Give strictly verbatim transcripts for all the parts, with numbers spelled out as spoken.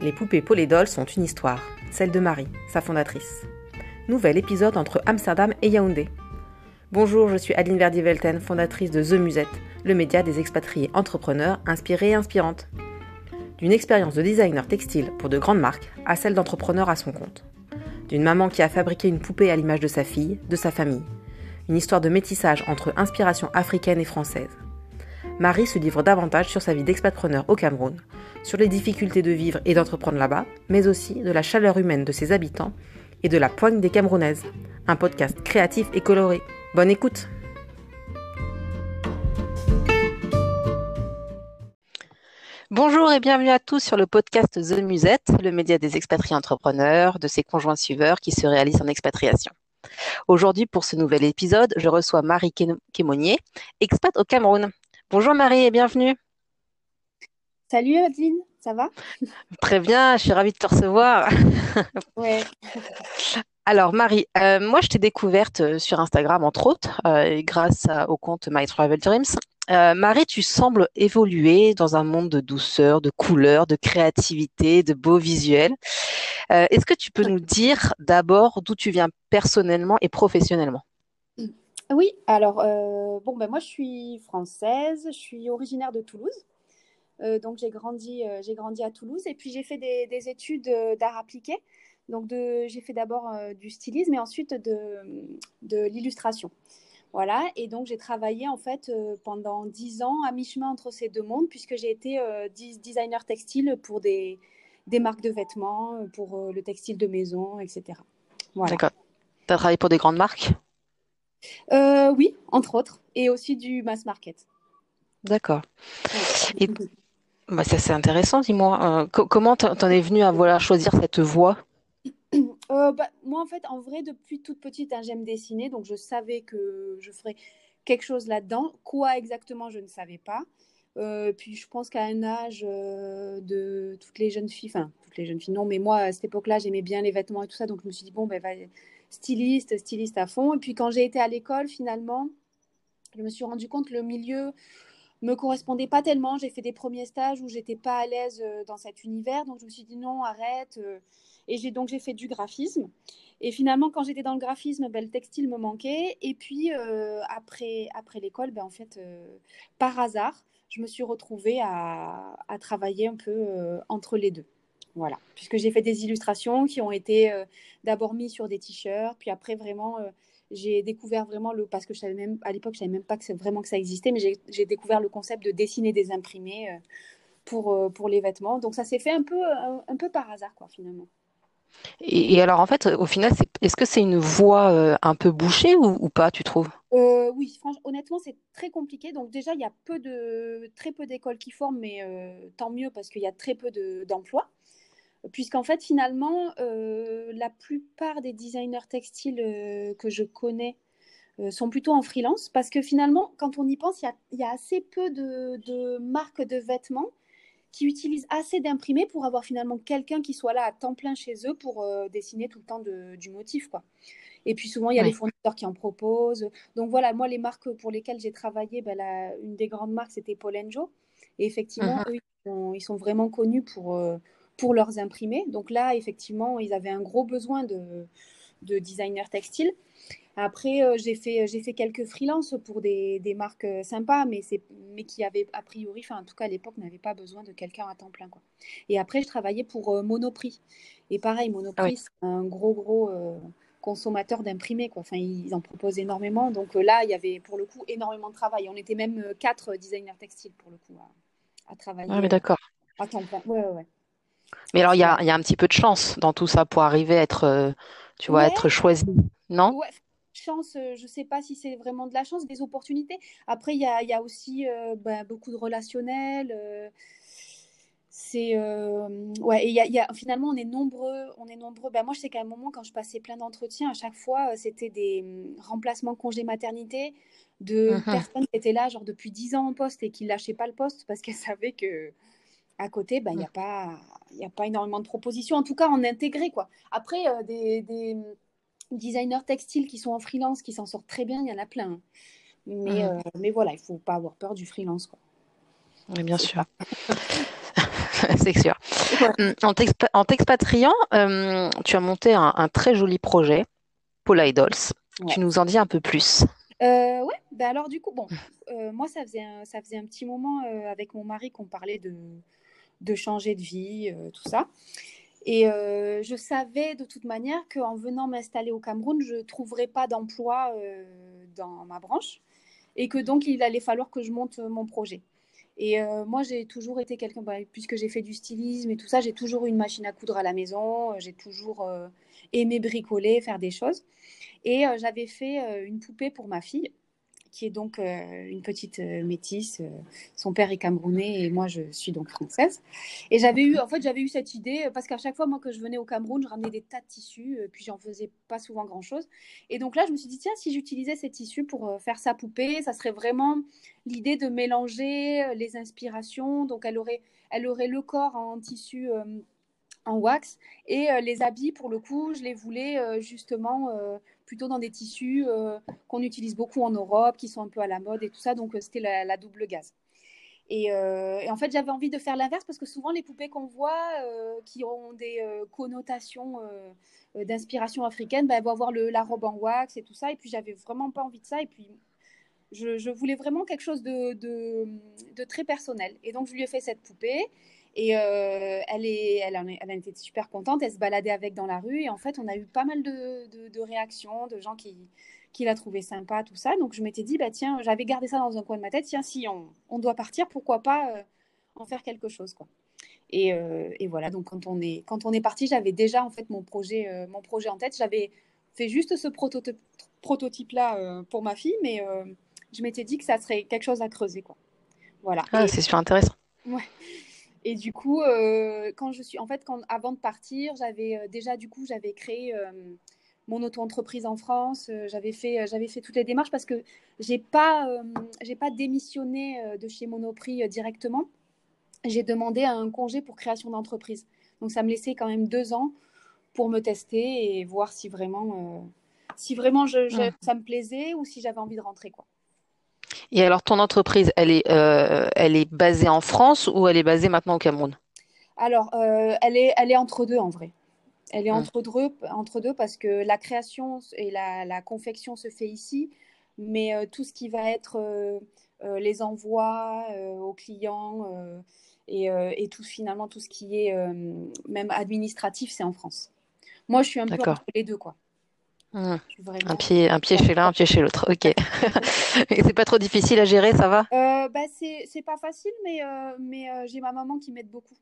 Les poupées Polédol sont une histoire, celle de Marie, sa fondatrice. Nouvel épisode entre Amsterdam et Yaoundé. Bonjour, je suis Adeline Verdier-Velten, fondatrice de The Musette, le média des expatriés entrepreneurs inspirés et inspirantes. D'une expérience de designer textile pour de grandes marques à celle d'entrepreneur à son compte. D'une maman qui a fabriqué une poupée à l'image de sa fille, de sa famille. Une histoire de métissage entre inspiration africaine et française. Marie se livre davantage sur sa vie d'expatpreneur au Cameroun, sur les difficultés de vivre et d'entreprendre là-bas, mais aussi de la chaleur humaine de ses habitants et de la poigne des Camerounaises. Un podcast créatif et coloré. Bonne écoute! Bonjour et bienvenue à tous sur le podcast The Musette, le média des expatriés entrepreneurs, de ses conjoints suiveurs qui se réalisent en expatriation. Aujourd'hui, pour ce nouvel épisode, je reçois Marie Kémonier, expat au Cameroun. Bonjour Marie et bienvenue. Salut Adeline, ça va? Très bien, je suis ravie de te recevoir. Ouais. Alors Marie, euh, moi je t'ai découverte sur Instagram entre autres, euh, grâce à- au compte My Travel Dreams. Euh, Marie, tu sembles évoluer dans un monde de douceur, de couleurs, de créativité, de beaux visuels. Euh, est-ce que tu peux nous dire d'abord d'où tu viens personnellement et professionnellement? Oui, alors euh, bon ben moi je suis française, je suis originaire de Toulouse. Euh, donc j'ai grandi, euh, j'ai grandi à Toulouse et puis j'ai fait des, des études euh, d'art appliqué. Donc de, j'ai fait d'abord euh, du stylisme et ensuite de, de l'illustration. Voilà, et donc j'ai travaillé en fait euh, pendant dix ans à mi-chemin entre ces deux mondes puisque j'ai été euh, dis- designer textile pour des, des marques de vêtements, euh, pour euh, le textile de maison, et cetera. Voilà. D'accord. Tu as travaillé pour des grandes marques? Euh, oui, entre autres, et aussi du mass market. D'accord. Ouais. Et bah, ça c'est intéressant, dis-moi. Euh, co- comment t'en t'en es venue à voilà, choisir cette voie? Euh, bah, moi, en fait, en vrai, depuis toute petite, hein, j'aime dessiner, donc je savais que je ferais quelque chose là-dedans. Quoi exactement, je ne savais pas. Euh, puis je pense qu'à un âge euh, de toutes les jeunes filles, enfin, toutes les jeunes filles, non, mais moi, à cette époque-là, j'aimais bien les vêtements et tout ça, donc je me suis dit, bon, ben, va, styliste, styliste à fond. Et puis quand j'ai été à l'école, finalement, je me suis rendu compte que le milieu me correspondait pas tellement. J'ai fait des premiers stages où j'étais pas à l'aise euh, dans cet univers, donc je me suis dit non, arrête. euh. Et j'ai donc j'ai fait du graphisme. Et finalement, quand j'étais dans le graphisme, ben, le textile me manquait. Et puis euh, après après l'école, ben, en fait, euh, par hasard, je me suis retrouvée à, à travailler un peu euh, entre les deux. Voilà, puisque j'ai fait des illustrations qui ont été euh, d'abord mises sur des t-shirts, puis après vraiment euh, j'ai découvert vraiment le parce que je savais même à l'époque je savais même pas que c'est vraiment que ça existait, mais j'ai j'ai découvert le concept de dessiner des imprimés euh, pour euh, pour les vêtements. Donc ça s'est fait un peu un, un peu par hasard quoi finalement. Et, et alors en fait, au final, c'est, est-ce que c'est une voie euh, un peu bouchée ou, ou pas, tu trouves? Euh, oui, franchement, honnêtement, c'est très compliqué. Donc déjà, il y a peu de, très peu d'écoles qui forment, mais euh, tant mieux parce qu'il y a très peu de, d'emplois. Puisqu'en fait, finalement, euh, la plupart des designers textiles euh, que je connais euh, sont plutôt en freelance parce que finalement, quand on y pense, il y a, il y a assez peu de, de marques de vêtements qui utilisent assez d'imprimés pour avoir finalement quelqu'un qui soit là à temps plein chez eux pour euh, dessiner tout le temps de- du motif, quoi. Et puis souvent, il y a les Oui. fournisseurs qui en proposent. Donc voilà, moi, les marques pour lesquelles j'ai travaillé, ben, la- une des grandes marques, c'était Paul Joe. Et effectivement, Mhm. eux, ils sont, ils sont vraiment connus pour, euh, pour leurs imprimés. Donc là, effectivement, ils avaient un gros besoin de, de designers textiles. Après, euh, j'ai fait, j'ai fait quelques freelances pour des, des marques euh, sympas, mais, c'est, mais qui avaient a priori, enfin en tout cas à l'époque, n'avaient pas besoin de quelqu'un à temps plein, quoi. Et après, je travaillais pour euh, Monoprix. Et pareil, Ah oui. Monoprix, c'est un gros, gros euh, consommateur d'imprimés, quoi. Enfin, ils en proposent énormément. Donc euh, là, il y avait pour le coup énormément de travail. On était même euh, quatre designers textiles pour le coup à, à Ah travailler oui, euh, d'accord. à temps plein. Ouais, ouais, ouais. Mais alors, il y Voilà. a, il y a un petit peu de chance dans tout ça pour arriver à être, euh, tu vois, Ouais, être choisi, non? ouais, chance, euh, je sais pas si c'est vraiment de la chance, des opportunités. Après, il y a, il y a aussi euh, ben, beaucoup de relationnel. euh, c'est euh, ouais, et il y a, il y a- finalement, on est nombreux, on est nombreux. Ben, moi, je sais qu'à un moment, quand je passais plein d'entretiens, à chaque fois, euh, c'était des hum, remplacements congé maternité de Mhm. personnes qui étaient là, genre depuis dix ans en poste et qui lâchaient pas le poste parce qu'elles savaient que à côté, ben, il n'y a pas, il y a pas énormément de propositions, en tout cas en intégré, quoi. Après, euh, des, des designers textiles qui sont en freelance, qui s'en sortent très bien, il y en a plein. Mais, Mhm. euh, mais voilà, il ne faut pas avoir peur du freelance, quoi. Oui, bien C'est sûr, ça. c'est sûr. Ouais. Hum, En t'expa- en t'expatriant, euh, tu as monté un, un très joli projet, Paula Idols. Ouais. Tu nous en dis un peu plus? Euh, ouais, ben alors du coup, bon, euh, moi ça faisait un, ça faisait un petit moment euh, avec mon mari qu'on parlait de, de changer de vie, euh, tout ça. Et euh, je savais de toute manière qu'en venant m'installer au Cameroun, je ne trouverais pas d'emploi euh, dans ma branche et que donc il allait falloir que je monte mon projet. Et euh, moi, j'ai toujours été quelqu'un, bah, puisque j'ai fait du stylisme et tout ça, j'ai toujours eu une machine à coudre à la maison, euh, j'ai toujours euh, aimé bricoler, faire des choses. Et euh, j'avais fait euh, une poupée pour ma fille qui est donc euh, une petite euh, métisse. Euh, son père est camerounais et moi je suis donc française. Et j'avais eu, en fait, j'avais eu cette idée euh, parce qu'à chaque fois moi que je venais au Cameroun, je ramenais des tas de tissus, euh, puis j'en faisais pas souvent grand chose. Et donc là, je me suis dit tiens, si j'utilisais ces tissus pour euh, faire sa poupée, ça serait vraiment l'idée de mélanger euh, les inspirations. Donc elle aurait, elle aurait le corps en tissu. Euh, en wax. Et euh, les habits, pour le coup, je les voulais euh, justement euh, plutôt dans des tissus euh, qu'on utilise beaucoup en Europe, qui sont un peu à la mode et tout ça. Donc, euh, c'était la, la double gaze. Et, euh, et en fait, j'avais envie de faire l'inverse parce que souvent, les poupées qu'on voit euh, qui ont des euh, connotations euh, euh, d'inspiration africaine, bah, elles vont avoir le, la robe en wax et tout ça. Et puis, j'avais vraiment pas envie de ça. Et puis, je, je voulais vraiment quelque chose de, de, de très personnel. Et donc, je lui ai fait cette poupée. Et euh, elle, est, elle, en est- elle a été super contente. Elle se baladait avec dans la rue. Et en fait, on a eu pas mal de, de, de réactions, de gens qui, qui la trouvaient sympa, tout ça. Donc, je m'étais dit, bah, tiens, j'avais gardé ça dans un coin de ma tête. Tiens, si on, on doit partir, pourquoi pas euh, en faire quelque chose, quoi. Et, euh, et voilà, donc quand on est, quand on est parti, j'avais déjà en fait mon projet, euh, mon projet en tête. J'avais fait juste ce prototype, prototype-là euh, pour ma fille, mais euh, je m'étais dit que ça serait quelque chose à creuser, quoi. Voilà. Ah, Et, c'est super intéressant. ouais. Et du coup, euh, quand je suis, en fait, quand, avant de partir, j'avais euh, déjà, du coup, j'avais créé euh, mon auto-entreprise en France. Euh, j'avais fait, euh, j'avais fait toutes les démarches parce que j'ai pas, euh, j'ai pas démissionné euh, de chez Monoprix euh, directement. J'ai demandé un congé pour création d'entreprise. Donc, ça me laissait quand même deux ans pour me tester et voir si vraiment, euh, si vraiment je, je- Hmm. ça me plaisait ou si j'avais envie de rentrer, quoi. Et alors, ton entreprise, elle est, euh, elle est basée en France ou elle est basée maintenant au Cameroun? Alors, euh, elle est, elle est entre deux en vrai. Elle est Hmm. entre deux, entre deux parce que la création et la, la confection se fait ici, mais euh, tout ce qui va être euh, euh, les envois euh, aux clients euh, et, euh, et tout finalement tout ce qui est euh, même administratif, c'est en France. Moi, je suis un peu D'accord. entre les deux, quoi. Hmm. Je suis Un vraiment. pied, un pied Ouais, chez l'un, un pied chez l'autre. Ok. Et c'est pas trop difficile à gérer, ça va? Euh, bah, c'est c'est pas facile, mais, euh, mais euh, j'ai ma maman qui m'aide beaucoup.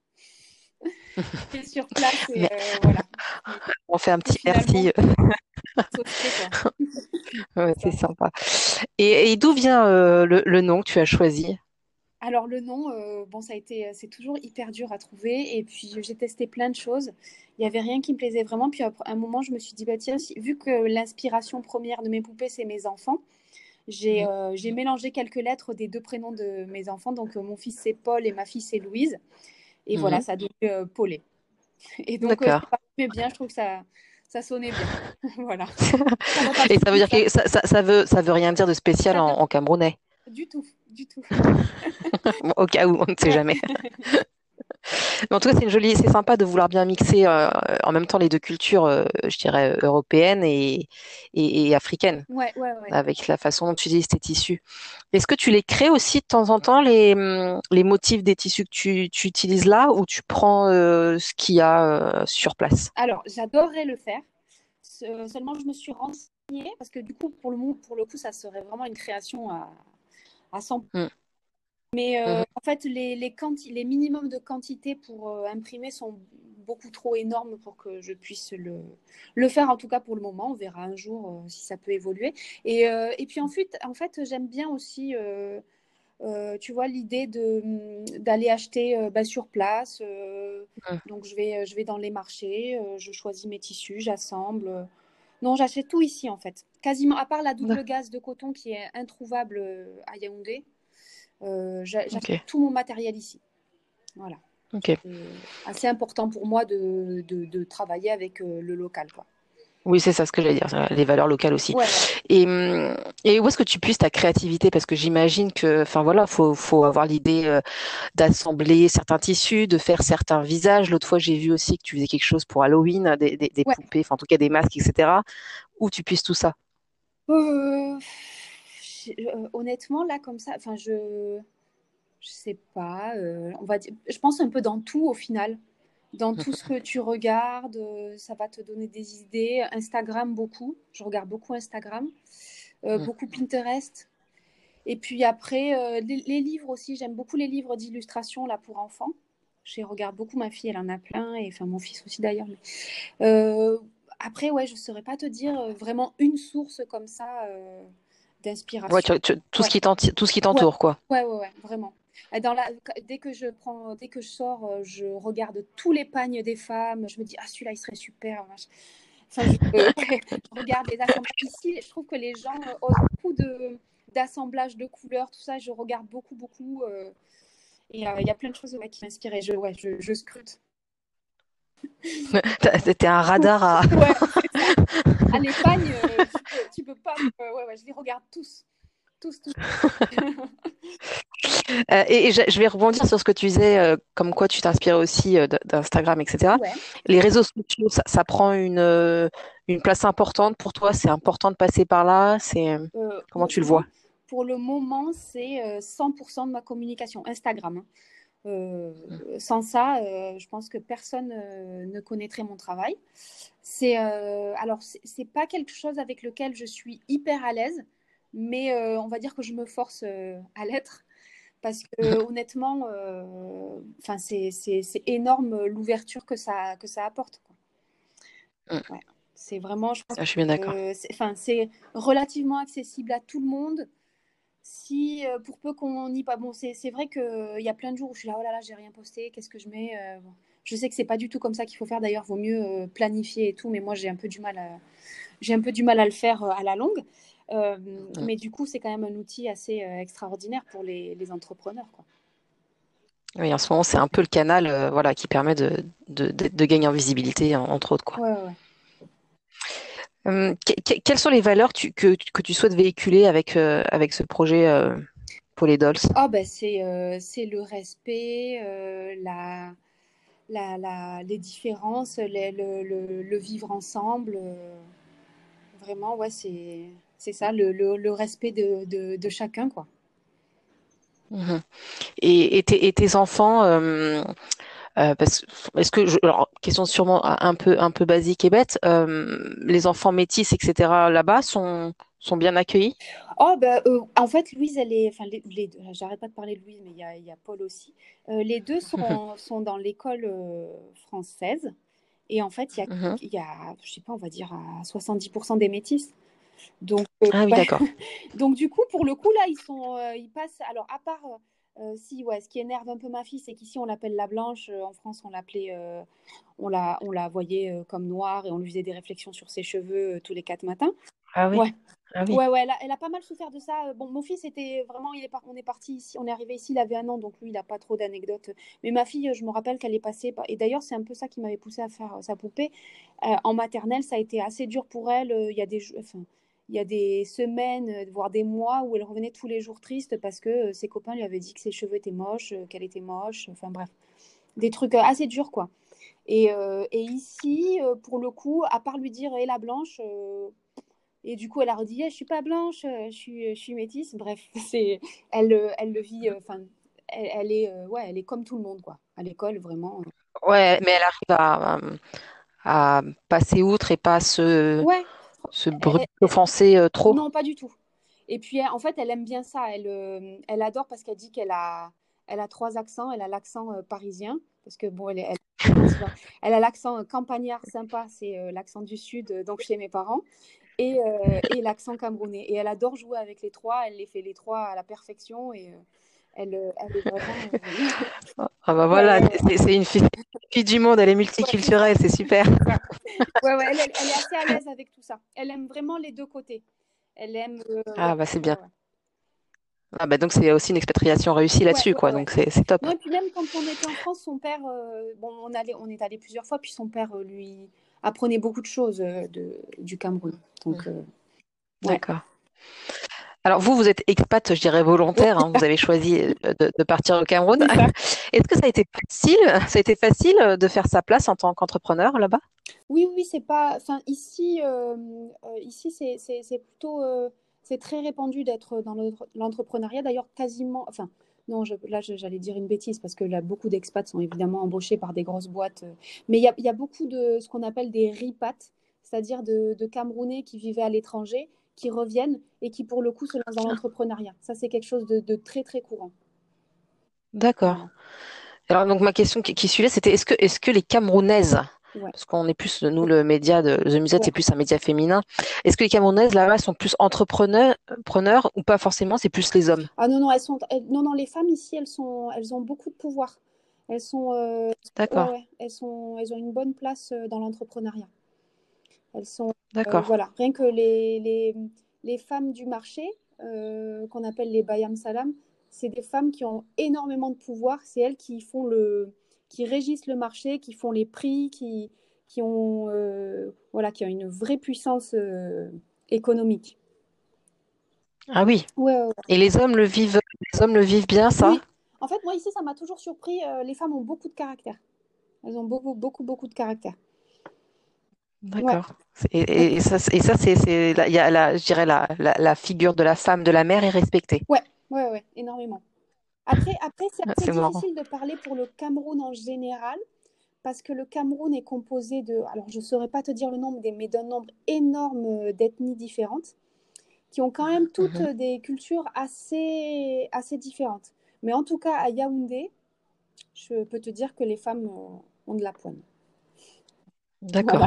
Qui est sur place et Mais euh, voilà. Et, on fait un et petit finalement, merci. associé, quoi. Ouais, C'est c'est ça. sympa. Et, et d'où vient euh, le, le nom que tu as choisi? Alors le nom, euh, bon, ça a été, c'est toujours hyper dur à trouver. Et puis j'ai testé plein de choses. Il n'y avait rien qui me plaisait vraiment. Puis à un moment, je me suis dit, bah tiens, si- vu que l'inspiration première de mes poupées, c'est mes enfants, j'ai Mhm. euh, j'ai mélangé quelques lettres des deux prénoms de mes enfants. Donc euh, mon fils c'est Paul et ma fille c'est Louise. Et voilà, Mhm. ça a donné euh, Paulé. Et donc euh, D'accord. ça parfumait bien. Je trouve que ça, ça sonnait bien. Voilà. Ça va pas Et plus ça veut que dire ça. que ça, ça, ça veut, ça veut rien dire de spécial Ça veut en, en camerounais. du tout, du tout. Bon, au cas où, on ne sait Ouais. jamais. Mais en tout cas, c'est une jolie, c'est sympa de vouloir bien mixer euh, en même temps les deux cultures, euh, je dirais, européennes et, et, et africaines, Ouais, ouais, ouais. avec la façon dont tu utilises tes tissus. Est-ce que tu les crées aussi de temps en temps, les, hum, les motifs des tissus que tu, tu utilises là, ou tu prends euh, ce qu'il y a euh, sur place? Alors, j'adorerais le faire. Se- Seulement, je me suis renseignée parce que du coup, pour le, mou- pour le coup, ça serait vraiment une création à, à cent. Mm. Mais euh, Mhm. en fait, les, les, quanti- les minimums de quantité pour euh, imprimer sont beaucoup trop énormes pour que je puisse le, le faire, en tout cas pour le moment. On verra un jour euh, si ça peut évoluer. Et, euh, et puis ensuite, en fait, j'aime bien aussi, euh, euh, tu vois, l'idée de, d'aller acheter euh, bah, sur place. Euh, Mm. donc, je vais, je vais dans les marchés, euh, je choisis mes tissus, j'assemble. Non, j'achète tout ici, en fait. Quasiment, à part la double D'ac- gaze de coton qui est introuvable euh, à Yaoundé. Euh, j'a- Ok, j'achète tout mon matériel ici. Voilà. ok. C'est assez important pour moi de, de, de travailler avec euh, le local, quoi. Oui, c'est ça ce que j'allais dire, ça, les valeurs locales aussi. Ouais, voilà. Et, hum, et où est-ce que tu puisses ta créativité? Parce que j'imagine que, enfin voilà, faut, faut avoir l'idée euh, d'assembler certains tissus, de faire certains visages. L'autre fois, j'ai vu aussi que tu faisais quelque chose pour Halloween, des, des, des Ouais. poupées, enfin en tout cas des masques, et cetera. Où tu puisses tout ça? Euh, je- euh, honnêtement, là, comme ça, enfin, je, je sais pas. Euh, on va dire, je pense un peu dans tout au final. Dans tout ce que tu regardes, euh, ça va te donner des idées. Instagram, beaucoup. Je regarde beaucoup Instagram. Euh, beaucoup Pinterest. Et puis après, euh, les, les livres aussi. J'aime beaucoup les livres d'illustration là pour enfants. Je regarde beaucoup ma fille, elle en a plein. Et enfin, mon fils aussi d'ailleurs. Mais euh, après, ouais, je ne saurais pas te dire euh, vraiment une source comme ça euh, Ouais, d'inspiration. tu- tu- tout ce Ouais, qui t'enti- tout ce qui ouais, t'entoure, quoi. ouais, ouais, ouais, vraiment. Et Dans la, dès que je prends, dès que je sors, euh, je regarde tous les pagnes des femmes. Je me dis, ah, celui-là, il serait super. Machin. Enfin, je, euh, ouais, je regarde les assemblages. Ici, je trouve que les gens euh, osent beaucoup de d'assemblages de couleurs, tout ça. Je regarde beaucoup, beaucoup. euh, et euh, il y a plein de choses ouais, qui m'inspirent. Et je, ouais, je, je scrute. C'était un radar à. Ouais, c'est ça. À l'épagne, euh, tu peux, tu peux pas. me- ouais, ouais, je les regarde tous. Tous, tous. Euh, et, et je je vais rebondir sur ce que tu disais, euh, comme quoi tu t'inspirais aussi euh, d- d'Instagram, et cetera. Ouais. Les réseaux sociaux, ça, ça prend une, euh, une place importante pour toi. C'est important de passer par là. C'est Euh, comment tu le honnêtement, vois? pour le moment, c'est euh, cent pour cent de ma communication Instagram. Hein. Euh, sans ça, euh, je pense que personne euh, ne connaîtrait mon travail. C'est euh, alors c'est c'est pas quelque chose avec lequel je suis hyper à l'aise, mais euh, on va dire que je me force euh, à l'être parce que honnêtement, euh, enfin c'est c'est c'est énorme l'ouverture que ça que ça apporte. Quoi. Ouais. C'est vraiment, je pense, Ah, je suis bien d'accord. que c'est enfin, c'est relativement accessible à tout le monde. Si, euh, pour peu qu'on n'y pas. Bon, c'est c'est vrai qu'il y a plein de jours où je suis là, oh là là, j'ai rien posté, qu'est-ce que je mets euh, bon. Je sais que c'est pas du tout comme ça qu'il faut faire. D'ailleurs, vaut mieux euh, planifier et tout, mais moi, j'ai un peu du mal à, j'ai un peu du mal à le faire euh, à la longue. Euh, mais du coup, c'est quand même un outil assez euh, extraordinaire pour les, les entrepreneurs, quoi. Oui, en ce moment, c'est un peu le canal, euh, voilà, qui permet de, de, de- de gagner en visibilité, en- entre autres, quoi. Ouais, ouais, ouais. Hum, que- que- quelles sont les valeurs tu- que, que tu souhaites véhiculer avec, euh, avec ce projet euh, pour les dolls? Ah, ben, c'est euh, c'est le respect, euh, la, la, la- les différences, les- le, le- le vivre ensemble. euh, vraiment, ouais, c'est c'est ça, le, le- le respect de, de, de chacun, quoi. Mhm. Et, et tes, et tes enfants, euh, euh, parce que est-ce que je, alors question sûrement un peu un peu basique et bête, euh, les enfants métis, et cetera là-bas sont sont bien accueillis? Oh, ben, euh, en fait, Louise, elle est. Enfin, les, les deux- j'arrête pas de parler de Louise, mais il y a, il y a Paul aussi. Euh, les deux sont, sont dans l'école euh, française. Et en fait, il y a, Mhm. il y a, je sais pas, on va dire à soixante-dix pour cent des métis. Donc, euh, Ah oui, ouais. d'accord. Donc, du coup, pour le coup, là, ils sont, euh, ils passent. Alors, à part, euh, si, ouais, ce qui énerve un peu ma fille, c'est qu'ici, on l'appelle la blanche. Euh, En France, on l'appelait, euh, on la, on la voyait euh, comme noire et on lui faisait des réflexions sur ses cheveux euh, tous les quatre matins. Ah oui, Ouais. ah oui. Ouais, ouais, elle a, elle a pas mal souffert de ça. Bon, mon fils était vraiment, il est par- on est parti ici, on est arrivé ici, il avait un an, donc lui, il n'a pas trop d'anecdotes. Mais ma fille, je me rappelle qu'elle est passée, par- et d'ailleurs, c'est un peu ça qui m'avait poussée à faire euh, sa poupée. Euh, en maternelle, ça a été assez dur pour elle. Euh, Il y a des, jou- enfin, il y a des semaines, euh, voire des mois où elle revenait tous les jours triste parce que euh, ses copains lui avaient dit que ses cheveux étaient moches, euh, qu'elle était moche. Enfin bref, des trucs euh, assez durs, quoi. Et, euh, et ici, euh, pour le coup, à part lui dire, et la blanche. euh, et du coup, elle a redit, eh, je suis pas blanche, euh, je suis, je suis métisse. Bref, c'est, elle, euh, elle le vit, euh, enfin, elle, elle est, euh, ouais, elle est comme tout le monde, quoi. À l'école, vraiment. euh. Ouais, mais elle arrive à, à passer outre et pas se Ouais, se elle brûler, est- elle- offenser euh, trop. non, pas du tout. Et puis, elle- en fait, elle aime bien ça. Elle, euh, elle adore parce qu'elle dit qu'elle a, elle a trois accents. Elle a l'accent euh, parisien, parce que bon, elle, est- elle, elle a l'accent euh, campagnard sympa, c'est euh, l'accent du sud, euh, donc chez mes parents. Et, euh, et l'accent camerounais. Et elle adore jouer avec les trois, elle les fait les trois à la perfection et euh, elle, euh, elle est vraiment. euh, Ah bah Ouais, voilà, ouais, ouais. c'est c'est une fille, fille du monde, elle est Ouais, c'est ça. multiculturelle, c'est super. C'est ça. Ouais, ouais, elle, elle- elle est assez à l'aise avec tout ça. Elle aime vraiment les deux côtés. Elle aime. euh, Ah ouais, bah c'est ouais, bien. ouais. Ah bah donc c'est aussi une expatriation réussie Ouais, là-dessus, ouais, quoi. ouais. Donc c'est c'est top. Non, et puis même quand on était en France, son père, euh, bon, on allait, on est allé plusieurs fois, puis son père, euh, lui, apprenait beaucoup de choses euh, de, du Cameroun. Donc, euh, ouais. D'accord. Alors vous, vous êtes expat, je dirais Ouais, volontaire, hein, vous avez choisi euh, de, de partir au Cameroun. c'est ça. Est-ce que ça a été facile, ça a été facile euh, de faire sa place en tant qu'entrepreneur là-bas? Oui, oui, c'est pas. Enfin, ici, euh, euh, ici, c'est c'est- c'est plutôt, euh, c'est très répandu d'être dans le- l'entrepreneuriat. D'ailleurs, quasiment. Enfin, non, je- là, je- j'allais dire une bêtise parce que là, beaucoup d'expats sont évidemment embauchés par des grosses boîtes. euh, Mais il y a, il y a beaucoup de ce qu'on appelle des ripats, c'est-à-dire de, de Camerounais qui vivaient à l'étranger, qui reviennent et qui, pour le coup, se lancent dans l'entrepreneuriat. Ça, c'est quelque chose de, de très, très courant. D'accord. Voilà. Alors donc ma question qui, qui suivait, c'était est-ce que est-ce que les Camerounaises, Ouais. parce qu'on est plus nous le média de The Musette, Ouais. c'est plus un média féminin, est-ce que les Camerounaises là-bas sont plus entrepreneurs, preneurs ou pas forcément, c'est plus les hommes? Ah non, non, elles sont, elles- non, non, les femmes ici, elles sont, elles ont beaucoup de pouvoir. Elles sont, euh, ouais, D'accord, ouais, elles sont, elles ont une bonne place euh, dans l'entrepreneuriat. Elles sont, euh, d'accord. voilà, rien que les, les, les femmes du marché, euh, qu'on appelle les Bayam Salam, c'est des femmes qui ont énormément de pouvoir. C'est elles qui font le, qui régissent le marché, qui font les prix, qui, qui ont, euh, voilà, qui ont une vraie puissance euh, économique. Ah oui. Ouais, ouais, Et les hommes le vivent, les hommes le vivent bien ça? oui, en fait, moi ici, ça m'a toujours surpris. euh, les femmes ont beaucoup de caractère. Elles ont beaucoup, beaucoup, beaucoup de caractère. Ouais, D'accord. Et, et- et ça, c'est- et ça c'est, c'est, la- il y a la, je dirais la, la, la figure de la femme, de la mère est respectée. ouais, ouais, ouais, énormément. Après, après c'est Ah, assez c'est marrant. difficile de parler pour le Cameroun en général, parce que le Cameroun est composé de, alors je ne saurais pas te dire le nombre, des- mais d'un nombre énorme euh, d'ethnies différentes, qui ont quand même toutes Mhm. des cultures assez, assez différentes. Mais en tout cas, à Yaoundé, je peux te dire que les femmes euh, ont de la poigne. Voilà. D'accord.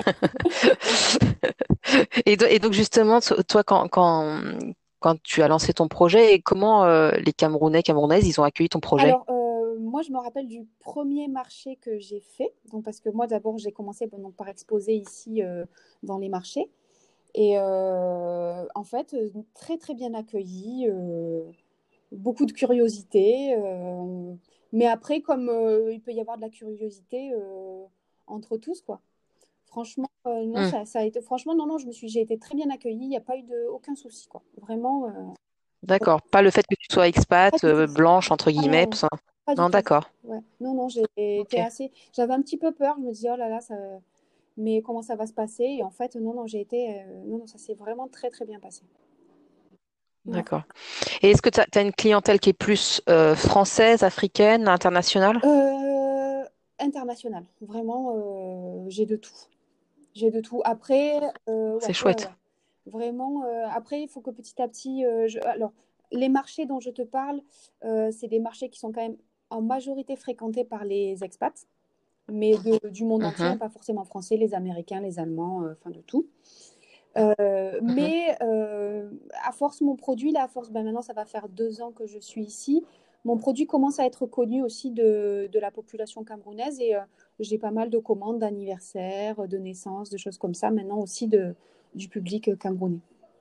Et, do- et donc justement, to- toi, quand, quand, quand tu as lancé ton projet, comment euh, les Camerounais, Camerounaises, ils ont accueilli ton projet? Alors, euh, moi, je me rappelle du premier marché que j'ai fait. Donc, parce que moi, d'abord, j'ai commencé bon, donc, par exposer ici euh, dans les marchés. Et euh, en fait, euh, très, très bien accueilli. euh, beaucoup de curiosité. euh, mais après, comme euh, il peut y avoir de la curiosité euh, entre tous, quoi. Franchement, euh, non, Hmm. ça, ça a été, franchement, non, non, je me suis, j'ai été très bien accueillie. Il n'y a pas eu de, aucun souci, quoi. Vraiment, euh, D'accord. Pas le fait que tu sois pas expat, du tout. euh, blanche, entre Ah guillemets, non, ça. pas du Non, tout. d'accord. Ouais. Non, non, j'ai été Ok. assez. J'avais un petit peu peur. Je me disais, oh là là, ça... mais comment ça va se passer? Et en fait, non, non, j'ai été. euh, Non, non, ça s'est vraiment très, très bien passé. Ouais. D'accord. Et est-ce que tu as, une clientèle qui est plus euh, française, africaine, internationale? Euh, International. Vraiment, euh, j'ai de tout. J'ai de tout. Après, euh, C'est ouais, ouais, chouette. ouais. Vraiment, euh, après, il faut que petit à petit. euh, je- Alors, les marchés dont je te parle, euh, c'est des marchés qui sont quand même en majorité fréquentés par les expats, mais de- du monde entier, hein, Mhm, pas forcément français, les Américains, les Allemands, euh, enfin de tout. Euh, mhm. mais euh, à force, mon produit, là, à force, ben maintenant, ça va faire deux ans que je suis ici. Mon produit commence à être connu aussi de, de la population camerounaise et euh, j'ai pas mal de commandes d'anniversaires, de naissances, de choses comme ça, maintenant aussi de, du public camerounais.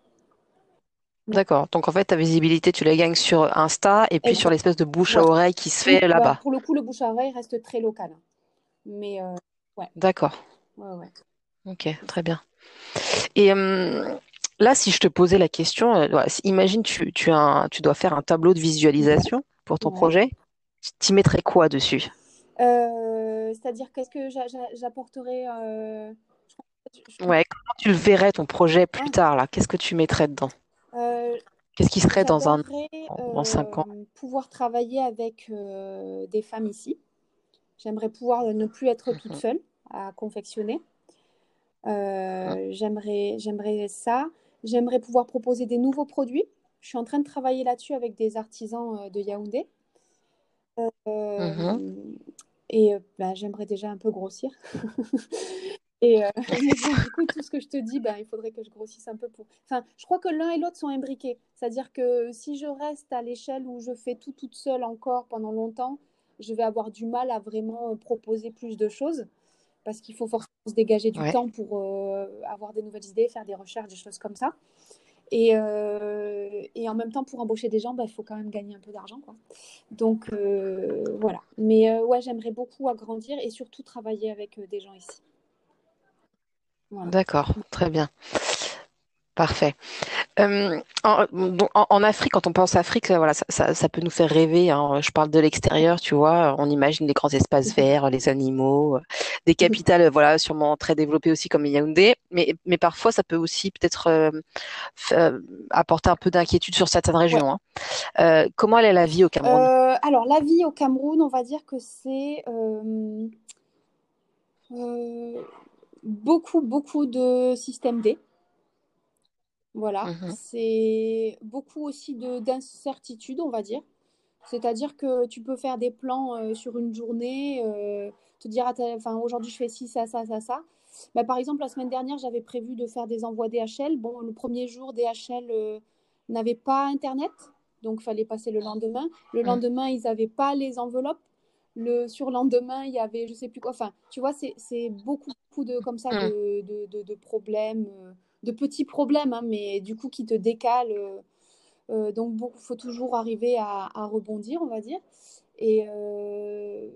Ouais. D'accord. Donc en fait, ta visibilité, tu la gagnes sur Insta et puis sur Exact. l'espèce de bouche Ouais. à oreille qui se Oui, fait bah, là-bas. pour le coup, le bouche à oreille reste très local, hein. Mais euh, ouais, D'accord. ouais, ouais. Ok, très bien. Et hum, là, si je te posais la question, euh, voilà, si- imagine tu, tu, as un- tu dois faire un tableau de visualisation pour ton Ouais. projet. Tu y mettrais quoi dessus? Euh, c'est-à-dire, qu'est-ce que j'a- j'a- j'apporterai euh, je- je- Ouais, comment tu le verrais ton projet plus ah, tard là? Qu'est-ce que tu mettrais dedans? euh, Qu'est-ce qui serait dans un J'adorerais dans cinq ans? euh, pouvoir travailler avec euh, des femmes ici. J'aimerais pouvoir ne plus être toute Mhm, seule à confectionner. mhm, Euh, j'aimerais, j'aimerais ça. J'aimerais pouvoir proposer des nouveaux produits. Je suis en train de travailler là-dessus avec des artisans euh, de Yaoundé. mhm. Euh, et euh, bah, j'aimerais déjà un peu grossir. Et euh, mais bon, du coup, tout ce que je te dis, bah, il faudrait que je grossisse un peu pour. Enfin, je crois que l'un et l'autre sont imbriqués. C'est-à-dire que si je reste à l'échelle où je fais tout toute seule encore pendant longtemps, je vais avoir du mal à vraiment euh, proposer plus de choses parce qu'il faut forcément se dégager du Ouais, temps pour euh, avoir des nouvelles idées, faire des recherches, des choses comme ça. Et, euh, et en même temps, pour embaucher des gens, bah, il faut quand même gagner un peu d'argent, quoi. Donc euh, voilà. Mais euh, ouais, j'aimerais beaucoup agrandir et surtout travailler avec euh, des gens ici. Voilà. D'accord, très bien, parfait. Euh, en, donc, en- en Afrique, quand on pense Afrique, euh, voilà, ça, ça- ça peut nous faire rêver, hein. Je parle de l'extérieur, tu vois. On imagine des grands espaces verts, les animaux, euh, des capitales, euh, voilà, sûrement très développées aussi comme Yaoundé. Mais, mais parfois, ça peut aussi peut-être euh, f- euh, apporter un peu d'inquiétude sur certaines Ouais. régions, hein. Euh, comment elle est la vie au Cameroun? Euh, alors, la vie au Cameroun, on va dire que c'est euh, euh, beaucoup, beaucoup de système D. Voilà. Mhm, C'est beaucoup aussi de d'incertitude, on va dire. C'est-à-dire que tu peux faire des plans euh, sur une journée, euh, te dire, enfin, aujourd'hui je fais ci, ça, ça, ça, ça. Bah, par exemple, la semaine dernière, j'avais prévu de faire des envois D H L. Bon, le premier jour, D H L euh, n'avait pas Internet, donc il fallait passer le lendemain. Le mhm, lendemain, ils n'avaient pas les enveloppes. Le surlendemain, il y avait je sais plus quoi. Enfin, tu vois, c'est, c'est beaucoup, beaucoup de, comme ça mhm. de, de, de, de problèmes, euh, de petits problèmes, hein, mais du coup qui te décalent. euh, euh, donc, il faut toujours arriver à, à, rebondir, on va dire. Et euh,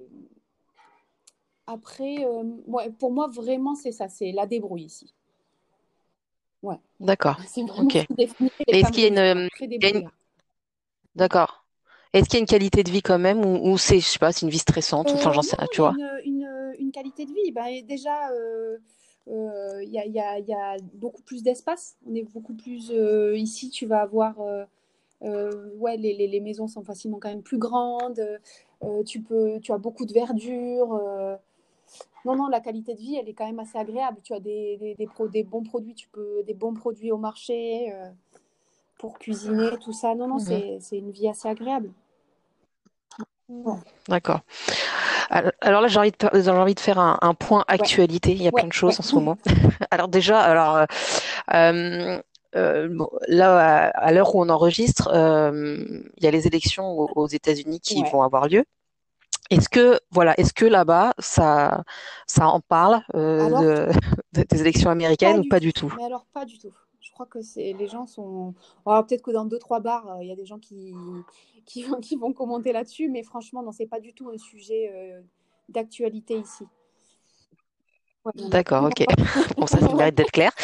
après, euh, ouais, pour moi, vraiment, c'est ça, c'est la débrouille ici. Ouais, D'accord, c'est vraiment ok. ce Et qui définit les est-ce qu'il y a Camerounais, quoi. une, Très il y a une- débrouillard. d'accord. Est-ce qu'il y a une qualité de vie quand même ou, ou c'est, je sais pas, c'est une vie stressante ou enfin Euh, j'en non, sais rien, non, il tu y a vois. une, une, une qualité de vie. Ben, et déjà, euh, euh, il y, a, il y, a, il y a beaucoup plus d'espace. On est beaucoup plus euh, ici. Tu vas avoir, euh, euh, ouais, les, les, les maisons sont facilement quand même plus grandes. Euh, tu peux, tu as beaucoup de verdure. euh, Non, non, la qualité de vie, elle est quand même assez agréable. Tu as des, des, des, pro- des bons produits, tu peux des bons produits au marché euh, pour cuisiner, tout ça. Non, non, Mhm, c'est c'est une vie assez agréable. Ouais, d'accord. Al- Alors là, j'ai envie de, faire- j'ai envie de faire un, un point ouais, actualité. Il y a ouais, plein de ouais. choses en ce moment. Alors déjà, alors euh, euh, euh, bon, là, à, à l'heure où on enregistre, euh, il y a les élections aux, aux États-Unis qui Ouais. vont avoir lieu. Est-ce que voilà, est-ce que là-bas, ça, ça en parle euh, Alors, de, de- des élections pas américaines ou du pas tout. du tout? Mais alors, pas du tout. Je crois que c'est les gens sont. Alors, peut-être que dans deux, trois bars, euh, il y a des gens qui, qui, vont- qui vont commenter là-dessus, mais franchement, non, c'est pas du tout un sujet euh, d'actualité ici. Ouais, non, non. D'accord, ok. Bon, ça, ça Ouais. mérite d'être clair.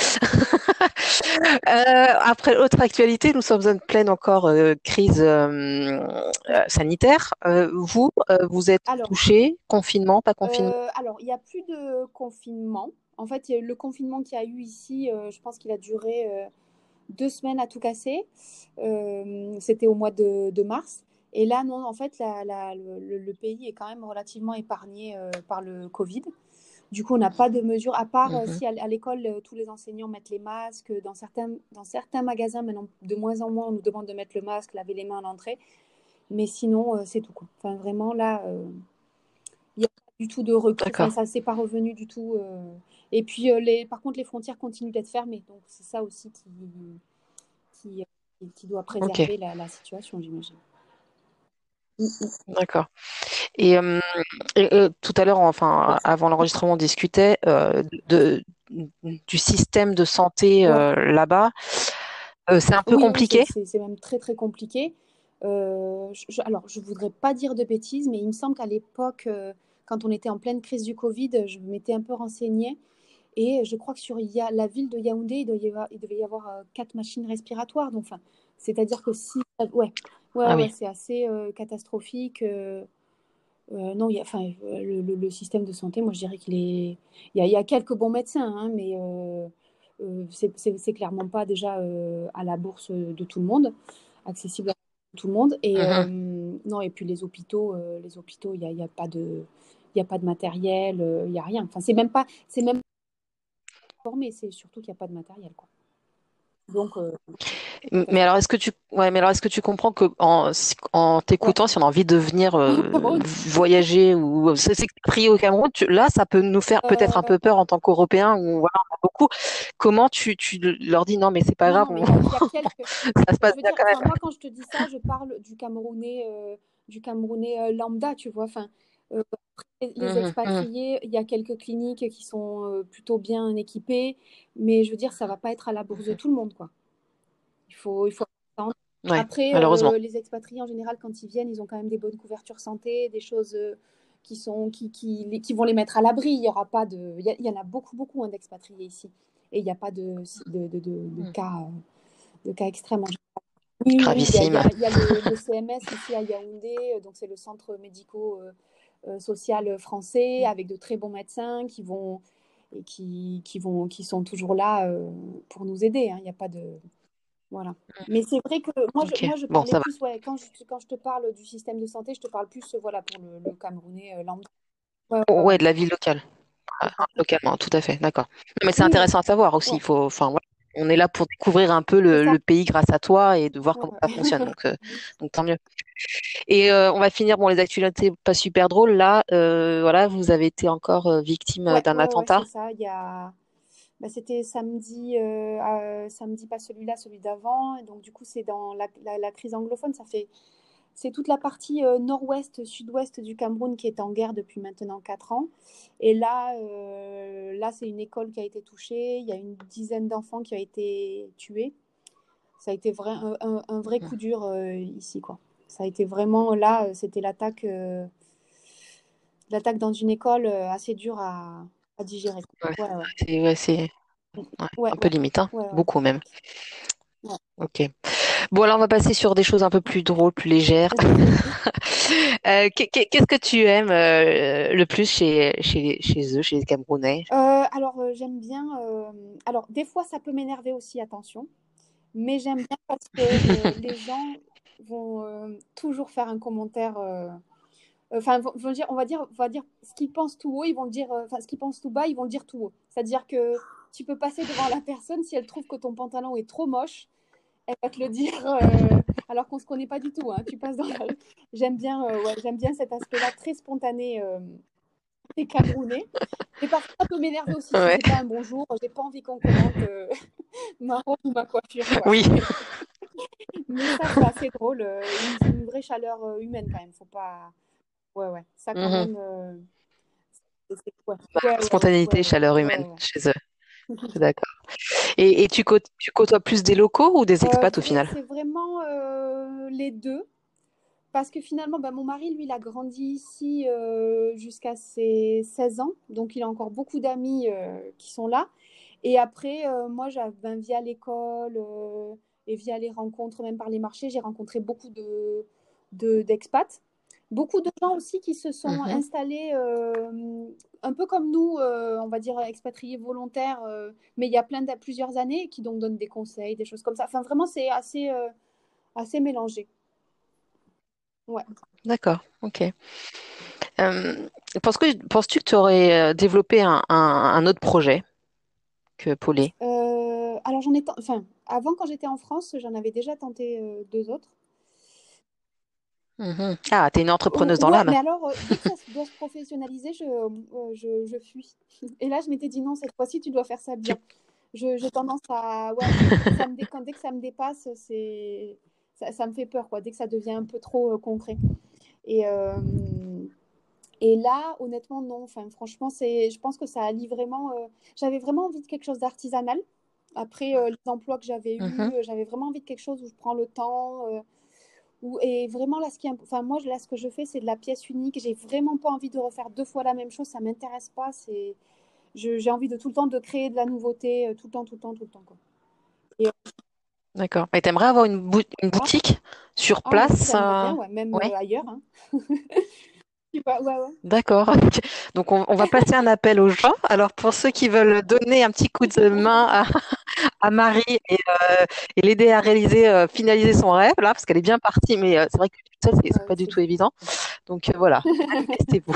Euh, après, autre actualité, nous sommes en pleine encore euh, crise euh, euh, sanitaire. Euh, vous, euh, vous êtes Alors, touché, confinement, pas confinement? Euh, alors, il n'y a plus de confinement. En fait, il y a eu le confinement qu'il y a eu ici, euh, je pense qu'il a duré euh, deux semaines à tout casser. Euh, c'était au mois de, de mars. Et là, non, en fait, la- la- le, le- le pays est quand même relativement épargné euh, par le Covid. Du coup, on n'a pas de mesures, à part euh, Mhm. si à, à l'école, euh, tous les enseignants mettent les masques. Dans certains, dans certains magasins, maintenant, de moins en moins, on nous demande de mettre le masque, laver les mains à l'entrée. Mais sinon, euh, c'est tout, quoi. Enfin, vraiment, là, euh, il n'y a pas du tout de recul. Enfin, D'accord, ça c'est pas revenu du tout. euh. Et puis, euh, les... par contre, les frontières continuent d'être fermées. Donc, c'est ça aussi qui, qui, qui doit ok, préserver la, la situation, j'imagine. Mm, d'accord. Et, euh, et, euh, tout à l'heure, enfin, avant l'enregistrement, on discutait euh, de, du système de santé mm. Ouais. euh, là-bas. Euh, c'est un peu Oui, oui, c'est compliqué. c'est- c'est même très, très compliqué. Euh, je- je- alors, je voudrais pas dire de bêtises, mais il me semble qu'à l'époque, euh, quand on était en pleine crise du Covid, je m'étais un peu renseignée. Et je crois que sur Ya- la ville de Yaoundé, il, doit y avoir- il devait y avoir euh, quatre machines respiratoires. Donc, enfin, c'est-à-dire que si... Ouais, ouais, Ah ouais, oui. c'est assez euh, catastrophique. euh, euh, non, il y a, enfin, euh, le, le- le système de santé, moi, je dirais qu'il est... Il y a, il y a quelques bons médecins, hein, mais euh, euh, c'est c'est- c'est clairement pas déjà euh, à la bourse de tout le monde, accessible à tout le monde. Et euh, Mhm. non, et puis les hôpitaux, euh, les hôpitaux, il n'y a, il y a pas de... Il y a pas de matériel, euh, il n'y a rien. Enfin, c'est même pas, c'est même formé, c'est surtout qu'il n'y a pas de matériel, quoi. Donc, euh, ça Mais fait- alors, est-ce que tu, ouais, mais alors, est-ce que tu comprends que en, si- en ouais. t'écoutant, si on a envie de venir Au euh, Cameroun. voyager ou euh, s'expatrier au Cameroun, tu- là, ça peut nous faire peut-être un Euh, peu peur en tant qu'Européens ou voilà, on a beaucoup. Comment tu, tu leur dis non, mais c'est pas non, grave, non, mais on- il y a, il y a quelques. ça se passe Je veux bien dire, quand enfin, même. moi, quand je te dis ça, je parle du Camerounais, euh, du Camerounais euh, lambda, tu vois. Enfin, euh, les les Mhm, mhm, expatriés, il y a quelques cliniques qui sont euh, plutôt bien équipées, mais je veux dire, ça va pas être à la bourse de mhm. tout le monde, quoi. Il faut, il faut. Ouais, Après, malheureusement. euh, les expatriés, en général, quand ils viennent, ils ont quand même des bonnes couvertures santé, des choses euh, qui, sont, qui, qui, qui vont les mettre à l'abri. Il y aura pas de... Il y, a- il y en a beaucoup, beaucoup hein, d'expatriés ici. Et il n'y a pas de, de, de, de, de Hmm. cas, euh, de cas extrêmes. Oui, oui, oui, il y a, il y Gravissime. a- il y a le, le C M S ici à Yaoundé, euh, donc c'est le centre médico-social français, avec de très bons médecins qui vont et qui, qui vont, qui sont toujours là euh, pour nous aider. hein. Il n'y a pas de voilà. Mais c'est vrai que moi, je, Ok, moi, je bon, parlais ça va. plus, ouais, quand je, quand je te parle du système de santé, je te parle plus, euh, voilà, pour le, le Camerounais euh, lambda. Ouais, ouais, Oh, ouais, ouais, de la vie locale. Ah, c'est ça. localement, tout à fait, d'accord. Non, mais c'est Oui, oui, intéressant à savoir aussi. ouais, Il faut, enfin, voilà. On est là pour découvrir un peu c'est le, ça. le pays grâce à toi et de voir Ouais, comment ça fonctionne. ouais. Donc, euh, donc tant mieux. Et euh, on va finir, bon, les actualités pas super drôles. Là, euh, voilà, vous avez été encore euh, victime euh, Ouais, d'un ouais, ouais, c'est attentat. ça. Il y a... bah, c'était samedi, euh, euh, samedi, pas celui-là, celui d'avant. Et donc, du coup, c'est dans la, la, la crise anglophone. Ça fait, c'est toute la partie euh, nord-ouest, sud-ouest du Cameroun qui est en guerre depuis maintenant quatre ans. Et là, euh, là, c'est une école qui a été touchée. Il y a une dizaine d'enfants qui ont été tués. Ça a été vrai, un, un- un vrai coup dur euh, ici, quoi. Ça a été vraiment, là, euh, c'était l'attaque, euh, l'attaque dans une école euh, assez dure à, à digérer. Ouais, Ouais, ouais. c'est ouais, c'est ouais, Ouais, un peu ouais. limite, hein. Ouais, ouais. Beaucoup même. Ouais. Ok. Bon, alors on va passer sur des choses un peu plus drôles, plus légères. Vas-y, vas-y. Euh, qu'est- qu'est- qu'est-ce que tu aimes euh, le plus chez, chez, chez eux, chez les Camerounais? Euh, alors, euh, j'aime bien. euh, Alors, des fois, ça peut m'énerver aussi, attention. Mais j'aime bien parce que euh, les gens vont euh, toujours faire un commentaire. euh, Enfin, vont, vont dire, on va dire, on va dire ce qu'ils pensent tout haut, ils vont le dire. euh, Enfin, ce qu'ils pensent tout bas, ils vont le dire tout haut. C'est-à-dire que tu peux passer devant la personne si elle trouve que ton pantalon est trop moche, elle va te le dire. euh, alors qu'on se connaît pas du tout. hein. Tu passes dans la rue. J'aime bien, euh, ouais, j'aime bien cet aspect-là très spontané. euh, des Camerounais. Et parfois, ça peut m'énerver aussi si Ouais. c'est pas un bonjour. J'ai pas envie qu'on commente euh, ma robe ou ma coiffure, quoi. Oui. Mais ça, c'est assez drôle. euh, Une, une vraie chaleur euh, humaine, quand même. Faut pas. Ouais, ouais. Ça, quand Mhm. même. euh, c'est- c'est- Ouais, ouais, ouais, ouais, ouais, Spontanéité, ouais, chaleur ouais, humaine ouais. chez eux. Je suis d'accord. Et, et tu, cô- tu côtoies plus des locaux ou des Euh, expats au vrai- final? c'est vraiment euh, les deux. Parce que finalement, bah, mon mari, lui, il a grandi ici euh, jusqu'à ses seize ans. Donc, il a encore beaucoup d'amis euh, qui sont là. Et après, euh, moi, j'avais, ben, via l'école euh, et via les rencontres, même par les marchés, j'ai rencontré beaucoup de, de- d'expats. Beaucoup de gens aussi qui se sont Mhm. installés euh, un peu comme nous, euh, on va dire expatriés volontaires, euh, mais il y a plein de, plusieurs années, et qui donc donnent des conseils, des choses comme ça. Enfin, vraiment, c'est assez, euh, assez mélangé. Ouais. D'accord, ok. Euh, penses que, penses-tu que tu aurais développé un, un- un autre projet que Paulet? Euh, alors j'en ai, ten- enfin, avant quand j'étais en France, j'en avais déjà tenté euh, deux autres. Mhm. Ah, t'es une Ou- entrepreneuse dans Ouais, l'âme. mais alors euh, dès que ça se- doit se professionnaliser, je, euh, je, je fuis. Et là, je m'étais dit non, cette fois-ci, tu dois faire ça Tu- bien. Je- J'ai tendance à, ouais, ça me dé- quand, dès que ça me dépasse, c'est, ça, ça me fait peur, quoi. Dès que ça devient un peu trop euh, concret. Et euh, et là, honnêtement, non. Enfin, franchement, c'est, je pense que ça allie vraiment. euh, J'avais vraiment envie de quelque chose d'artisanal. Après euh, les emplois que j'avais Mhm. eus, euh, j'avais vraiment envie de quelque chose où je prends le temps. euh, où... Et vraiment, là, ce qui... est imp- enfin, moi, là, ce que je fais, c'est de la pièce unique. J'ai vraiment pas envie de refaire deux fois la même chose. Ça m'intéresse pas. C'est... Je- J'ai envie de tout le temps de créer de la nouveauté, euh, tout le temps, tout le temps, tout le temps, quoi. Et, euh, D'accord. Et t'aimerais avoir une, bou- une ah, boutique sur ah oui, place? j'aimerais euh, bien, ouais, même Ouais. euh, ailleurs. hein. Tu vois, ouais, ouais. D'accord. Donc on, on va passer un appel aux gens. Alors pour ceux qui veulent donner un petit coup de main à, à Marie et, euh, et l'aider à réaliser, euh, finaliser son rêve là, parce qu'elle est bien partie, mais euh, c'est vrai que toute seule c'est c'est Ouais, pas du c'est tout évident. Donc euh, voilà, manifestez-vous.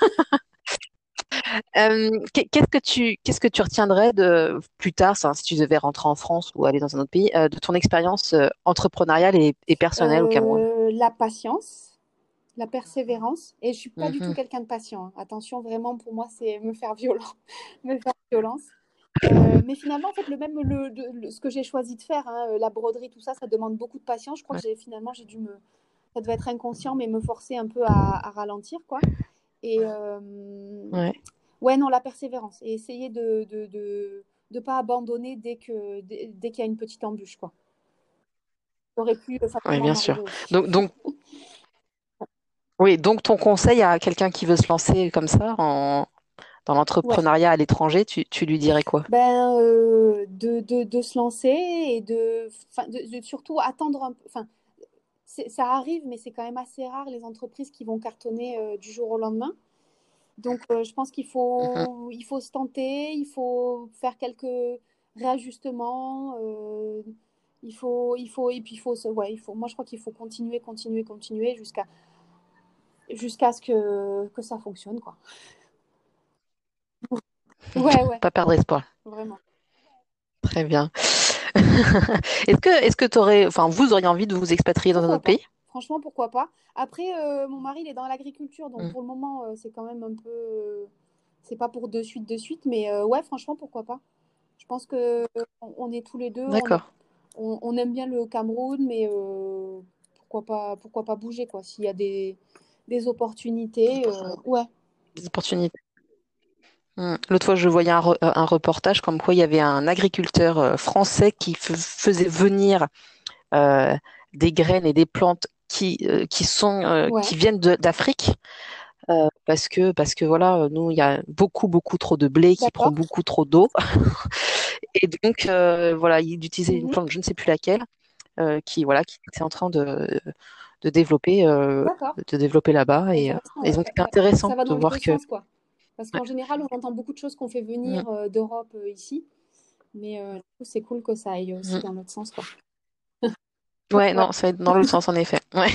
Euh, qu'est- qu'est-ce que tu qu'est-ce que tu retiendrais de plus tard, ça, si tu devais rentrer en France ou aller dans un autre pays, euh, de ton expérience euh, entrepreneuriale et, et personnelle au Cameroun? Euh, la patience, la persévérance. Et je suis pas du tout Mhm. quelqu'un de patient. hein. Attention, vraiment, pour moi, c'est me faire violent, me faire violence. Euh, mais finalement, en fait, le même le, le- le- ce que j'ai choisi de faire, hein, euh, la broderie, tout ça, ça demande beaucoup de patience. Je crois Ouais. que j'ai finalement j'ai dû me, ça devait être inconscient, mais me forcer un peu à, à ralentir, quoi. Et euh, Ouais. ouais, non, la persévérance et essayer de de, de, de pas abandonner dès que dès, dès qu'il y a une petite embûche, quoi. Ça aurait pu euh, Ouais, facilement bien sûr. m'arriver aussi. Donc, donc Oui, donc ton conseil à quelqu'un qui veut se lancer comme ça en, dans Ouais. l'entrepreneuriat à l'étranger, tu, tu lui dirais quoi? Ben, euh, de, de, de se lancer et de, enfin, de, de surtout attendre un peu. Enfin, c'est- ça arrive, mais c'est quand même assez rare les entreprises qui vont cartonner euh, du jour au lendemain. Donc, euh, je pense qu'il Mhm. faut, il faut se tenter, il faut faire quelques réajustements. euh, il faut, il faut, et puis il faut, se- ouais, il faut, moi, je crois qu'il faut continuer, continuer, continuer jusqu'à jusqu'à ce que, que ça fonctionne, quoi. Ouais, ouais, Pas perdre espoir. vraiment. Très bien. Est-ce que, est-ce que t'aurais, enfin, vous auriez envie de vous expatrier dans un Pourquoi autre pas? pays? Franchement, pourquoi pas? Après, euh, mon mari, il est dans l'agriculture, donc Mm. pour le moment, euh, c'est quand même un peu. euh, c'est pas pour de suite, de suite, mais euh, ouais, franchement, pourquoi pas? Je pense que euh, on on est tous les deux, on est, D'accord. on, on aime bien le Cameroun, mais euh, pourquoi pas, pourquoi pas bouger, quoi? S'il y a des, des opportunités, euh, ouais, Des opportunités. Mm. L'autre fois, je voyais un, re- un reportage comme quoi il y avait un agriculteur euh, français qui f- faisait venir euh, des graines et des plantes qui, euh, qui sont, euh, ouais, qui viennent de- d'Afrique. Euh, parce que, parce que voilà, euh, nous, il y a beaucoup, beaucoup trop de blé qui prend d'accord. beaucoup trop d'eau. Et donc, euh, voilà, il utilisait une Mhm. plante, je ne sais plus laquelle, euh, qui, voilà, qui était en train de, de développer, euh, D'accord. de développer là-bas. Et, euh, Intéressant, et ouais, donc, ouais, c'est ouais. intéressant Ça va de dans les deux voir que, sens, quoi. Parce ouais. qu'en général, on entend beaucoup de choses qu'on fait Mm, venir euh, d'Europe euh, ici. Mais euh, du coup, c'est cool que ça aille aussi mm. dans l'autre sens, quoi. Ouais, Ouais. non, ça va être dans l'autre sens, en effet. Ouais.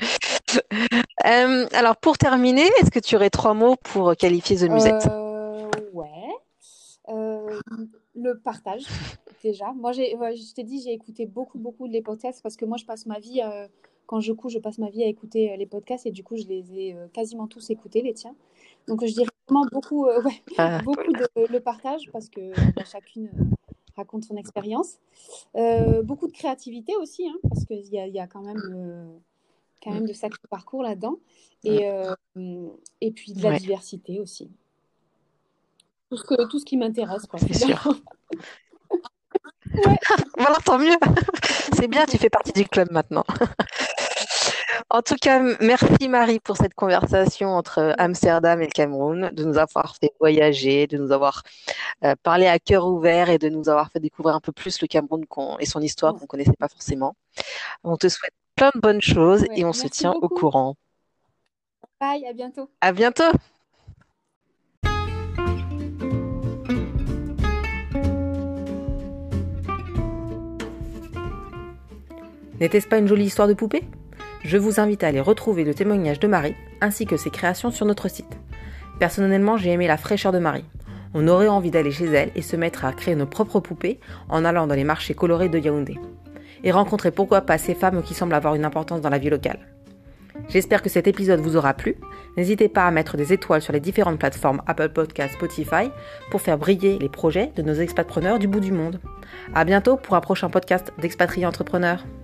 Euh, alors, pour terminer, est-ce que tu aurais trois mots pour qualifier The Musette? Euh, ouais. Euh, le partage, déjà. Moi, j'ai, ouais, je t'ai dit, j'ai écouté beaucoup, beaucoup de les podcasts parce que moi, je passe ma vie, euh, quand je couche, je passe ma vie à écouter euh, les podcasts et du coup, je les ai euh, quasiment tous écoutés, les tiens. Donc, je dirais vraiment beaucoup, euh, ouais, Ah, beaucoup de le partage parce que bah, chacune euh, raconte son expérience. Euh, beaucoup de créativité aussi, hein, parce qu'il y a, il y a quand même, euh, quand mm, même de sacrés parcours là-dedans. mm, Et, euh, et puis de la ouais, diversité aussi. Tout ce, que, tout ce qui m'intéresse, quoi, c'est sûr. finalement. Ouais, Voilà, tant mieux. C'est bien, tu fais partie du club maintenant. En tout cas, m- merci Marie pour cette conversation entre Amsterdam et le Cameroun, de nous avoir fait voyager, de nous avoir euh, parlé à cœur ouvert et de nous avoir fait découvrir un peu plus le Cameroun qu'on- et son histoire ouais, qu'on connaissait pas forcément. On te souhaite plein de bonnes choses et ouais. on se Merci tient au beaucoup. courant. Bye, à bientôt. À bientôt! N'était-ce pas une jolie histoire de poupée? Je vous invite à aller retrouver le témoignage de Marie, ainsi que ses créations sur notre site. Personnellement, j'ai aimé la fraîcheur de Marie. On aurait envie d'aller chez elle et se mettre à créer nos propres poupées en allant dans les marchés colorés de Yaoundé. Et rencontrer pourquoi pas ces femmes qui semblent avoir une importance dans la vie locale. J'espère que cet épisode vous aura plu. N'hésitez pas à mettre des étoiles sur les différentes plateformes Apple Podcasts, Spotify pour faire briller les projets de nos expatpreneurs du bout du monde. À bientôt pour un prochain podcast d'Expatriés Entrepreneurs.